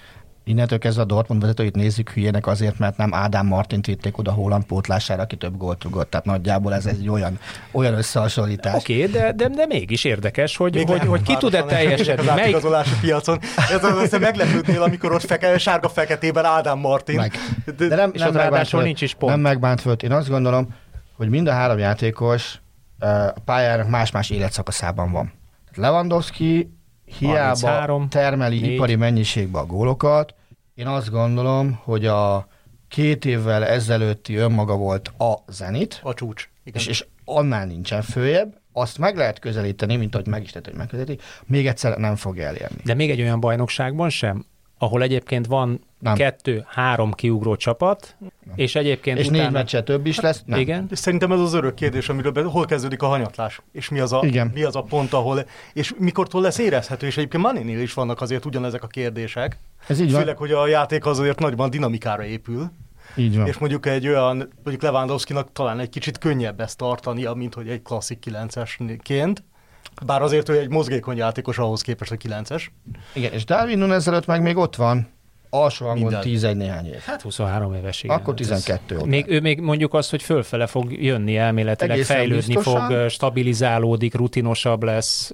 B: innentől kezdve a Dortmund vezetőit nézzük hülyének azért, mert nem Ádám Martint vitték oda Haaland pótlására, aki több gólt rugott. Tehát nagyjából ez egy olyan, olyan összehasonlítás.
A: Oké, okay, de, de, de mégis érdekes, hogy, hogy, hogy ki tud-e teljesedni.
C: Az átigazolási piacon. Ez az, hogy meglepődnél, amikor ott feke, sárga-feketében Ádám Martin.
B: Meg. De, de nem, nem,
A: ráadásul nincs is pont.
B: Nem megbánt föl. Én azt gondolom, hogy mind a három játékos a pályának más-más életszakaszában van. Lewandowski hiába harminchárom, termeli négy ipari mennyiségbe a gólokat. Én azt gondolom, hogy a két évvel ezelőtti önmaga volt a Zenit.
C: A csúcs.
B: És, és annál nincsen följebb. Azt meg lehet közelíteni, mint ahogy meg is tett, hogy megközelíti. Még egyszer nem fogja elérni.
A: De még egy olyan bajnokságban sem, ahol egyébként van nem. kettő, három kiugró csapat, nem. és egyébként
B: és
A: utána...
B: négy meccse több is lesz? Nem.
A: Igen.
C: És szerintem ez az örök kérdés, amiről be, hol kezdődik a hanyatlás, és mi az a, mi az a pont, ahol, és mikortól lesz érezhető, és egyébként Maninél is vannak azért ugyanezek a kérdések.
B: Ez így van.
C: Főleg, hogy a játék azért nagyban dinamikára épül.
B: Így van.
C: És mondjuk egy olyan, mondjuk Lewandowskinak talán egy kicsit könnyebb ezt tartania, mint hogy egy klasszik kilencesként. Bár azért ő egy mozgékony játékos ahhoz képest, hogy kilences.
B: Igen, és Darwin Núñez előtt meg még ott van, alsó hangon tízegy néhány év.
A: Hát huszonhárom éves, igen.
B: Akkor tizenkettő
A: ez, még, ő még mondjuk azt, hogy fölfele fog jönni elméletileg, egészen fejlődni biztosan fog, stabilizálódik, rutinosabb lesz.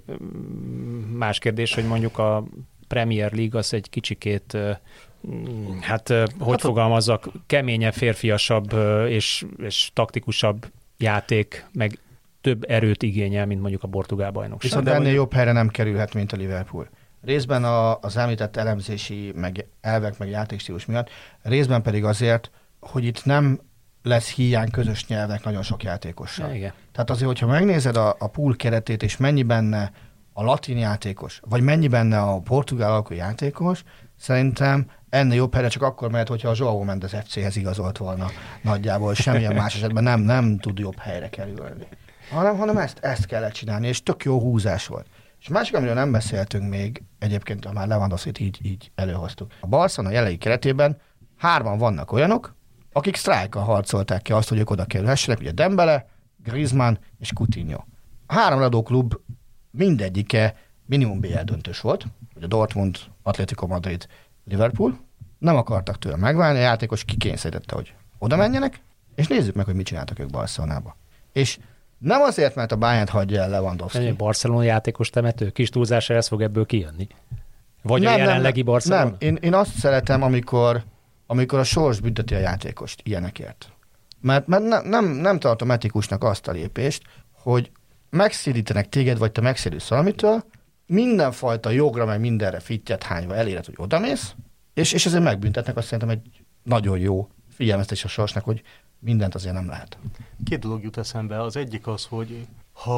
A: Más kérdés, hogy mondjuk a Premier League az egy kicsikét, hát hogy hát fogalmazzak, keményebb, férfiasabb és, és taktikusabb játék, meg több erőt igényel, mint mondjuk a portugál bajnokság.
B: Viszont ennél jobb helyre nem kerülhet, mint a Liverpool. Részben a, az említett elemzési meg elvek, meg játékstílus miatt, részben pedig azért, hogy itt nem lesz hiány közös nyelvnek nagyon sok játékossal.
A: Igen.
B: Tehát azért, hogyha megnézed a, a pool keretét, és mennyi benne a latin játékos, vagy mennyi benne a portugál alkú játékos, szerintem ennél jobb helyre csak akkor mehet, hogyha a João Mendes ef céhez igazolt volna nagyjából. Semmilyen más esetben nem, nem tud jobb helyre kerülni. Hanem, hanem ezt, ezt kellett csinálni, és tök jó húzás volt. És másik, amiről nem beszéltünk még, egyébként ha már Lewandowskit így, így előhoztuk. A Barcelona jelenlegi keretében hárman vannak olyanok, akik sztrájkkal harcolták ki azt, hogy ők oda kerülhessenek, ugye Dembele, Griezmann és Coutinho. A három ladóklub mindegyike minimum bé el döntős volt, ugye Dortmund, Atletico Madrid, Liverpool. Nem akartak tőle megválni, a játékos kikényszerítette, hogy oda menjenek, és nézzük meg, hogy mit csináltak ők Barcelonába. És nem azért, mert a Bayern hagyja el Lewandowski.
A: Egy Barcelona játékos temető, kis túlzásra ez fog ebből kijönni? Vagy nem, a jelenlegi
B: nem,
A: Barcelona?
B: Nem, én, én azt szeretem, amikor, amikor a sors bünteti a játékost ilyenekért. Mert, mert ne, nem, nem tartom etikusnak azt a lépést, hogy megszédítenek téged, vagy te megszédülsz valamitől, mindenfajta jogra, meg mindenre fittyet hányva eléred, hogy odamész, és, és ezért megbüntetnek, azt szerintem egy nagyon jó figyelmeztetés a sorsnak, hogy mindent azért nem lehet.
C: Két dolog jut eszembe. Az egyik az, hogy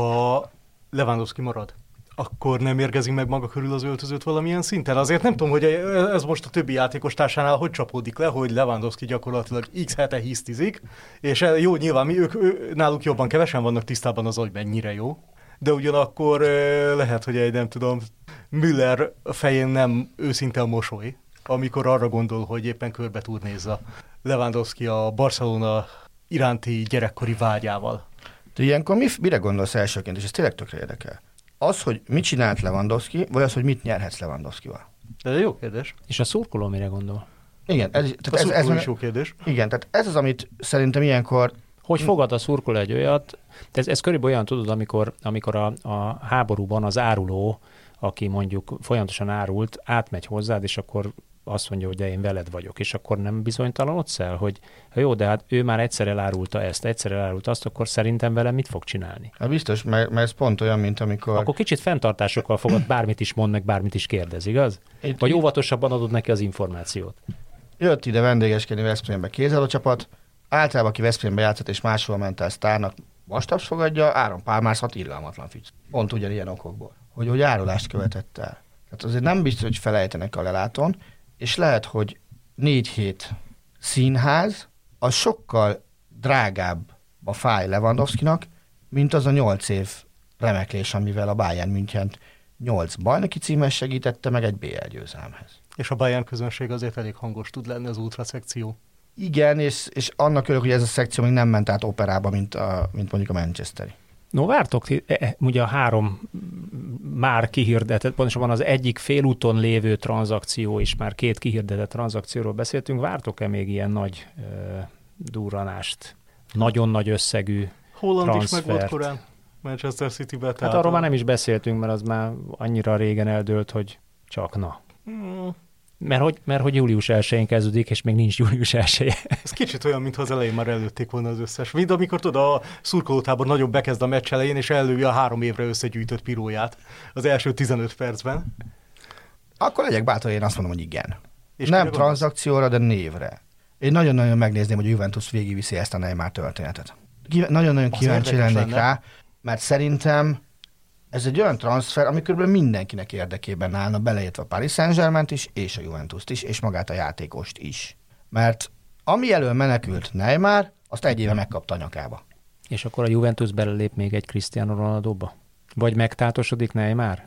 C: ha Lewandowski marad, akkor nem érgezi meg maga körül az öltözőt valamilyen szinten. Azért nem tudom, hogy ez most a többi játékos társánál hogy csapódik le, hogy Lewandowski gyakorlatilag x hete hisztizik, és jó, nyilván mi, ők, ő, náluk jobban kevesen vannak tisztában az, hogy mennyire jó, de ugyanakkor lehet, hogy egy nem tudom, Müller fején nem őszinte a mosoly, amikor arra gondol, hogy éppen körbe turnézza Lewandowski a Barcelona iránti gyerekkori vágyával.
B: De ilyenkor mi, mire gondolsz elsőként, és ez tényleg tökre érdekel? Az, hogy mit csinált Lewandowski, vagy az, hogy mit nyerhetsz Lewandowskival?
C: Ez egy jó kérdés.
A: És a szurkoló mire gondol?
B: Igen. Ez,
C: tehát a ez, ez is jó kérdés.
B: Igen, tehát ez az, amit szerintem ilyenkor...
A: Hogy fogad a szurkoló egy olyat? Ez, ez körülbelül olyan, tudod, amikor, amikor a, a háborúban az áruló, aki mondjuk folyamatosan árult, átmegy hozzád, és akkor azt mondja, hogy de én veled vagyok, és akkor nem bizonytalanodsz el, hogy ha jó, de hát ő már egyszer elárulta ezt, egyszer elárulta azt, akkor szerintem vele mit fog csinálni?
B: Hát biztos, mert, mert ez pont olyan, mint amikor...
A: Akkor kicsit fenntartásokkal fogod, bármit is mond, meg bármit is kérdez, igaz? Itt vagy óvatosabban adod neki az információt?
B: Jött ide vendégeskedni Veszprémbe kézzelőcsapat, általában aki Veszprémbe játszott és máshol ment el sztárnak, vastaps fogadja, Áron Pálmárszat irgalmatlan fic. Pont ugyanilyen okokból. Hogy, hogy árulást követett el. Tehát azért nem biztos, hogy felejtenek a lelátón, és lehet, hogy négy hét színház, az sokkal drágább a fáj Lewandowskinak, mint az a nyolc év remeklés, amivel a Bayern Münchent nyolc bajnoki címes segítette meg egy bé el győzelemhez.
C: És a Bayern közönség azért elég hangos tud lenni, az ultra szekció.
B: Igen, és, és annak örülök, hogy ez a szekció még nem ment át operába, mint, a, mint mondjuk a Manchesteri.
A: No, vártok, ugye a három már kihirdetett, pontosabban az egyik félúton lévő tranzakció is, már két kihirdetett tranzakcióról beszéltünk, vártok-e még ilyen nagy uh, durranást, nagyon nagy összegű
C: Holland
A: transfert?
C: is meg volt korán Manchester City-be.
A: Hát arról már nem is beszéltünk, mert az már annyira régen eldőlt, hogy csak na. Hmm. Mert hogy, mert hogy július elsején kezdődik, és még nincs július elseje.
C: Ez kicsit olyan, mintha az elején már előtték volna az összes. Mind amikor tudod, a szurkolótábor nagyobb bekezd a meccs elején, és elővi a három évre összegyűjtött piróját az első tizenöt percben.
B: Akkor legyek bátor, én azt mondom, hogy igen.
C: És
B: nem tranzakcióra, de névre. Én nagyon-nagyon megnézném, hogy a Juventus végigviszi ezt a Neymar történetet. Kív- nagyon-nagyon kíváncsi lennék rá, mert szerintem ez egy olyan transfer, ami körülbelül mindenkinek érdekében állna, beleértve a Paris Saint-Germaint is, és a Juventust is, és magát a játékost is. Mert ami elől menekült Neymar, azt egy éve megkapta a nyakába.
A: És akkor a Juventus belelép még egy Cristiano Ronaldóba? Vagy megtátosodik Neymar?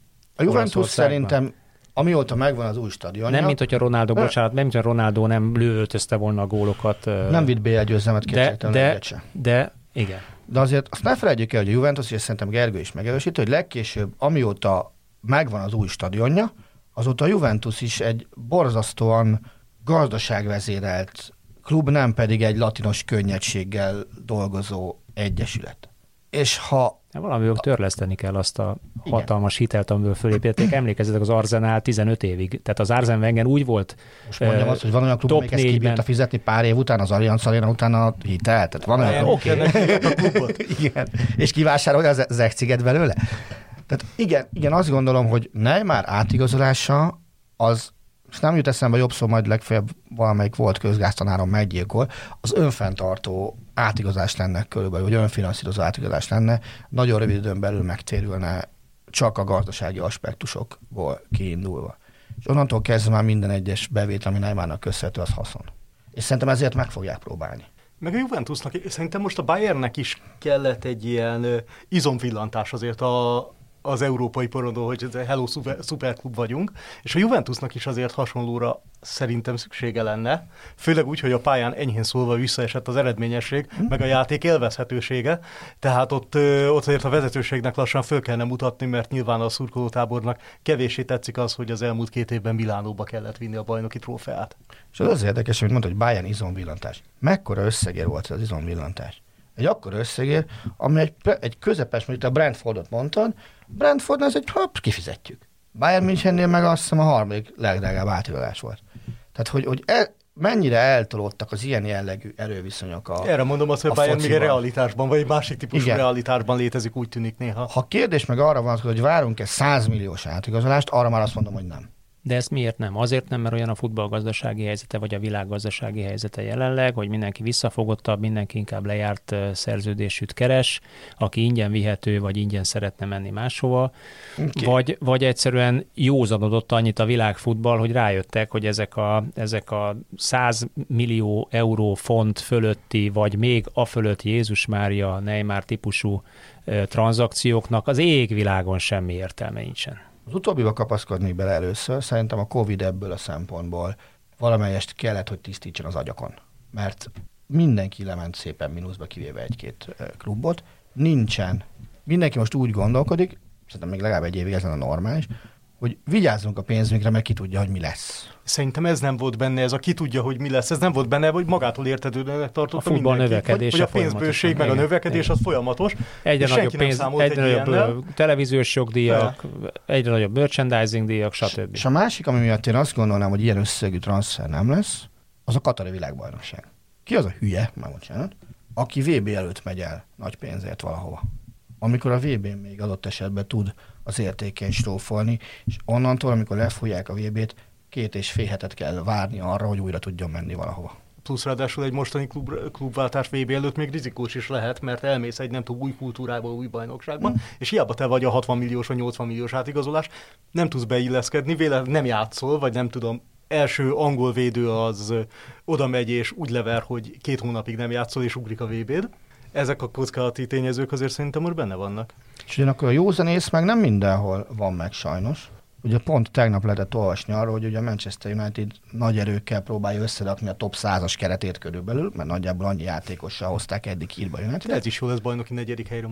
B: A Juventus szerintem, amióta megvan az új stadionja...
A: Nem, mint hogyha Ronaldo, de, bocsánat, nem, mint hogyha Ronaldo nem lőöltözte volna a gólokat.
B: Nem vitt bé el győzelmet kétségtelen
A: de, de, de, igen.
B: De azért azt ne felejtjük el, hogy a Juventus, és szerintem Gergő is megerősít, hogy legkésőbb, amióta megvan az új stadionja, azóta a Juventus is egy borzasztóan gazdaságvezérelt klub, nem pedig egy latinos könnyedséggel dolgozó egyesület. És ha...
A: Valamiből törleszteni kell azt a igen. hatalmas hitelt, amiből fölépítették. Emlékezzetek, az Arsenal tizenöt évig. Tehát az Arsene Wenger úgy volt.
B: Most mondjam uh, azt, hogy van olyan klub, amelyik ezt kibírta fizetni pár év után, az Allianz Arena után a hitelt. Tehát van olyan
C: oké. Okay.
B: Igen. És kivásárolja az Zechciget belőle. Tehát igen, igen, azt gondolom, hogy Neymar átigazolása az, és nem jut eszembe jobb szó, majd legfeljebb valamelyik volt közgáztanáron meggyilkol, az önfenntartó átigazás lenne körülbelül, vagy önfinanszírozó átigazás lenne, nagyon rövid időn belül megtérülne csak a gazdasági aspektusokból kiindulva. És onnantól kezdve már minden egyes bevétel, ami Neymarnak köszönhető, az haszon. És szerintem ezért meg fogják próbálni.
C: Meg a Juventusnak, szerintem most a Bayernnek is kellett egy ilyen izomvillantás azért a az európai porondon, hogy hello, szuper, szuperklub vagyunk, és a Juventusnak is azért hasonlóra szerintem szüksége lenne, főleg úgy, hogy a pályán enyhén szólva visszaesett az eredményesség, hmm. meg a játék élvezhetősége, tehát ott, ott azért a vezetőségnek lassan föl kellene mutatni, mert nyilván a szurkolótábornak kevéssé tetszik az, hogy az elmúlt két évben Milánóba kellett vinni a bajnoki trófeát.
B: És az az érdekes, hogy mondta, hogy Bayern izomvillantás. Mekkora összegér volt az izomvillantás? Egy akkora összegér, ami egy, egy közepes, mint a Brentfordot mondtad, Brentford ez egy, hopp, kifizetjük. Bayern Münchennél meg azt hiszem a harmadik legdrágább átigazolás volt. Tehát, hogy, hogy el, mennyire eltolódtak az ilyen jellegű erőviszonyok a
C: Erre mondom azt, hogy a Bayern még egy realitásban, vagy egy másik típusú igen. realitásban létezik, úgy tűnik néha.
B: Ha kérdés meg arra van, hogy várunk-e száz milliós átigazolást, arra már azt mondom, hogy nem.
A: De ezt miért nem? Azért nem, mert olyan a futballgazdasági helyzete, vagy a világgazdasági helyzete jelenleg, hogy mindenki visszafogottabb, mindenki inkább lejárt szerződésűt keres, aki ingyen vihető, vagy ingyen szeretne menni máshova, okay. vagy, vagy egyszerűen józanodott annyit a világfutball, hogy rájöttek, hogy ezek a, ezek a száz millió euró font fölötti, vagy még a fölött Jézus Mária, Neymar típusú eh, tranzakcióknak az égvilágon semmi értelme nincsen.
B: Az utóbbiba kapaszkodnék bele először, szerintem a Covid ebből a szempontból valamelyest kellett, hogy tisztítson az agyakon. Mert mindenki lement szépen mínuszba, kivéve egy-két klubot. Nincsen. Mindenki most úgy gondolkodik, szerintem még legalább egy évig ezen a normális, hogy vigyázzunk a pénzünkre, mert ki tudja, hogy mi lesz.
C: Szerintem ez nem volt benne, ez a ki tudja, hogy mi lesz, ez nem volt benne, hogy magától értetődőnek tartotta
A: mindenki. A
C: növekedés, hogy, hogy a pénzbőség meg igen, a növekedés igen. az folyamatos.
A: Egyre nagyobb, pénz, egyre nagyobb televíziós jogdíjak, egyre nagyobb merchandising díjak, stb.
B: És a másik, ami miatt én azt gondolnám, hogy ilyen összegű transfer nem lesz, az a katari világbajnokság. Ki az a hülye, már bocsánat, aki vé bé előtt megy el nagy pénzért valahova. Amikor a vé bén még adott esetben tud az értékén strófolni, és onnantól, amikor lefújják a vé bét, két és fél hetet kell várni arra, hogy újra tudjon menni valahova.
C: Plusz ráadásul egy mostani klub, klubváltás vé bé előtt még rizikós is lehet, mert elmész egy nem tudom új kultúrából, új bajnokságban, mm. és hiába te vagy a hatvan milliós vagy nyolcvan milliós átigazolás, nem tudsz beilleszkedni, véletlenül nem játszol, vagy nem tudom, első angol védő az oda megy és úgy lever, hogy két hónapig nem játszol és ugrik a vé béd. Ezek a kockázati tényezők azért szerintem most benne vannak.
B: És ugyanakkor a józanész meg nem mindenhol van meg sajnos. Ugye pont tegnap lehetett olvasni arról, hogy ugye a Manchester United nagy erőkkel próbálja összerakni a top százas keretét körülbelül, mert nagyjából annyi játékossal hozták eddig hírba United.
C: Ez is jó lesz bajnoki negyedik helyre mondjuk.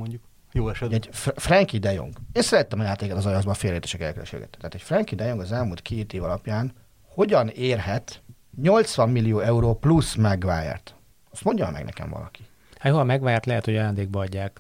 C: Jó esetben.
B: Egy Fr- Frankie de Jong. Én szerettem a játékot az ajazban a félrejtések elkerességet. Tehát egy Frankie de Jong az elmúlt két év alapján hogyan érhet nyolcvan millió euró plusz Maguire-t? Azt mondja meg nekem valaki.
A: Hát jó, a Maguire-t lehet, hogy ajándékba adják.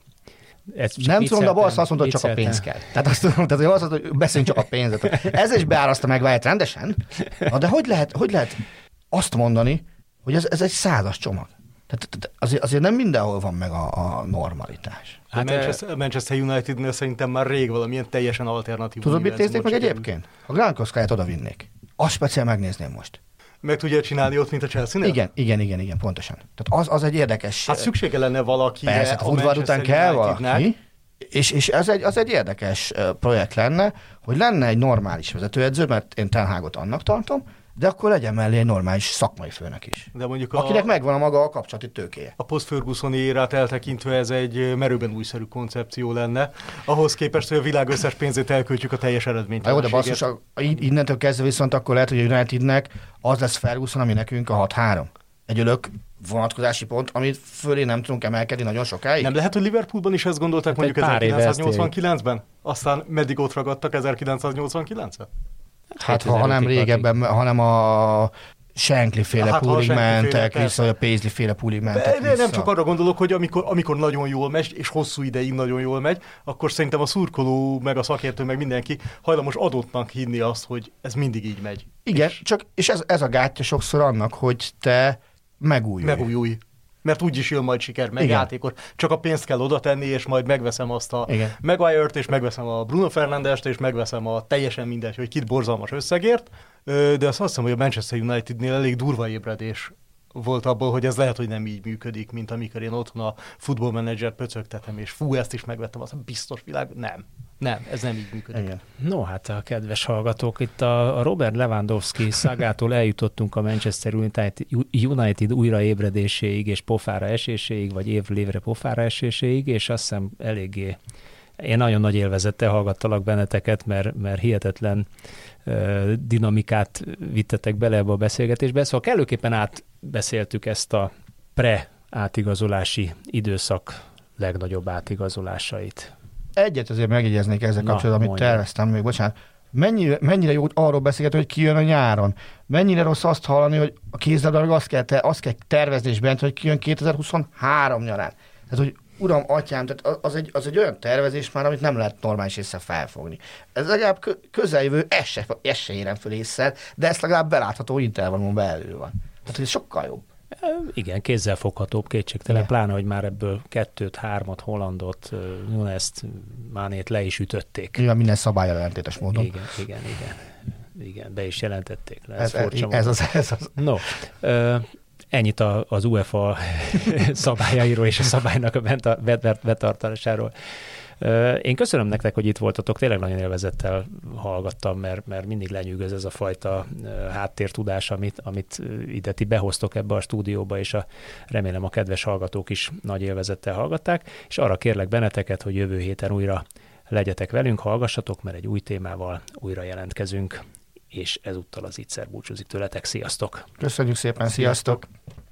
B: Nem tudom, de a Balsz azt mondta, hogy csak a pénz kell. Tehát azt tudom, tehát, hogy azt mondta, hogy beszéljünk csak a pénzet. Ez is beáraszta Maguire-t rendesen. Na, de hogy lehet, hogy lehet azt mondani, hogy ez, ez egy százas csomag? Tehát azért, azért nem mindenhol van meg a, a normalitás.
C: Hát Manchester, Manchester Unitednél szerintem már rég valamilyen teljesen alternatív.
B: Tudod, mit néznék meg egyébként? A Grankovszkáját oda vinnék. Azt speciál megnézném most.
C: Meg tudja csinálni ott, mint a Chelsea-nél?
B: Igen, igen, igen, igen, pontosan. Tehát az, az egy érdekes...
C: Hát szüksége lenne valakire.
B: Persze, a Woodward után kell valaki. És, és ez egy, az egy érdekes projekt lenne, hogy lenne egy normális vezetőedző, mert én Ten Hagot annak tartom, de akkor legyen mellé egy normális szakmai főnök is. De mondjuk a, akinek megvan a maga a kapcsolati tőkéje.
C: A post-Fergusoni érát eltekintve ez egy merőben újszerű koncepció lenne. Ahhoz képest, hogy a világ összes pénzét elköltjük a teljes eredményt.
B: Jó, de basszus, a, innentől kezdve viszont akkor lehet, hogy a Unitednek az lesz Ferguson, ami nekünk a hat három. Egy ölök vonatkozási pont, amit fölé nem tudunk emelkedni nagyon sokáig.
C: Nem lehet, hogy Liverpoolban is ezt gondolták, hát mondjuk ezerkilencszáznyolcvankilencben? Aztán meddig ott ragadtak ezerkilencszáznyolcvankilencben?
B: Hát, ha, ha nem régebben, hanem a Shankly féle hát, poolig mentek vissza, vagy a Paisley féle poolig mentek
C: de, de nem csak arra gondolok, hogy amikor, amikor nagyon jól megy, és hosszú ideig nagyon jól megy, akkor szerintem a szurkoló, meg a szakértő, meg mindenki hajlamos adottnak hinni azt, hogy ez mindig így megy.
B: Igen,
C: és,
B: csak, és ez, ez a gátja sokszor annak, hogy te megújulj.
C: Megújulj. Mert úgyis jön majd siker, meg
B: igen.
C: játékos. Csak a pénzt kell oda tenni, és majd megveszem azt a
B: igen.
C: Maguire-t, és megveszem a Bruno Fernandest, és megveszem a teljesen mindegy, hogy kit borzalmas összegért. De azt hiszem, hogy a Manchester Unitednél elég durva ébredés volt abból, hogy ez lehet, hogy nem így működik, mint amikor én otthon a futballmenedzsert pöcögtetem, és fú, ezt is megvettem, az biztos világ. Nem. Nem, ez nem így működik.
B: Igen.
A: No, hát a kedves hallgatók, itt a Robert Lewandowski szagától eljutottunk a Manchester United újraébredéséig és pofára eséséig, vagy évről évre pofára eséséig, és azt hiszem eléggé, én nagyon nagy élvezettel hallgattalak benneteket, mert, mert hihetetlen uh, dinamikát vittetek bele ebbe a beszélgetésbe, szóval kellőképpen átbeszéltük ezt a pre-átigazolási időszak legnagyobb átigazolásait.
B: Egyet azért megjegyeznék ezzel kapcsolatban, amit
A: mondja.
B: terveztem még, bocsánat. Mennyire, mennyire jó arról beszélgetni, hogy ki jön a nyáron. Mennyire rossz azt hallani, hogy a kézlabdának azt kell, te, azt kell tervezni és bent, hogy ki jön kétezer-huszonhárom nyarán. Tehát, hogy uram, atyám, tehát az egy, az egy olyan tervezés már, amit nem lehet normális észre felfogni. Ez legalább közeljövő, ez se, ez se érem föl észre, de ezt legalább belátható intervallumon belül van. Tehát, ez sokkal jobb.
A: Igen, kézzelfoghatóbb, kétségtelen, igen. Pláne, hogy már ebből kettőt, hármat, Hollandot, Nunes-t, Mánét le is ütötték.
B: Igen, minden szabályal ellentétes módon.
A: Igen, igen, igen. Igen, be is jelentették le.
B: Ez, ez, ez, az, ez az.
A: No, uh, ennyit a, az UEFA szabályairól és a szabálynak a betartásáról. Én köszönöm nektek, hogy itt voltatok, tényleg nagyon élvezettel hallgattam, mert, mert mindig lenyűgöz ez a fajta háttértudás, amit, amit ide ti behoztok ebbe a stúdióba, és a, remélem a kedves hallgatók is nagy élvezettel hallgatták, és arra kérlek benneteket, hogy jövő héten újra legyetek velünk, hallgassatok, mert egy új témával újra jelentkezünk, és ezúttal az Ittszer búcsúzik tőletek. Sziasztok!
B: Köszönjük szépen, sziasztok!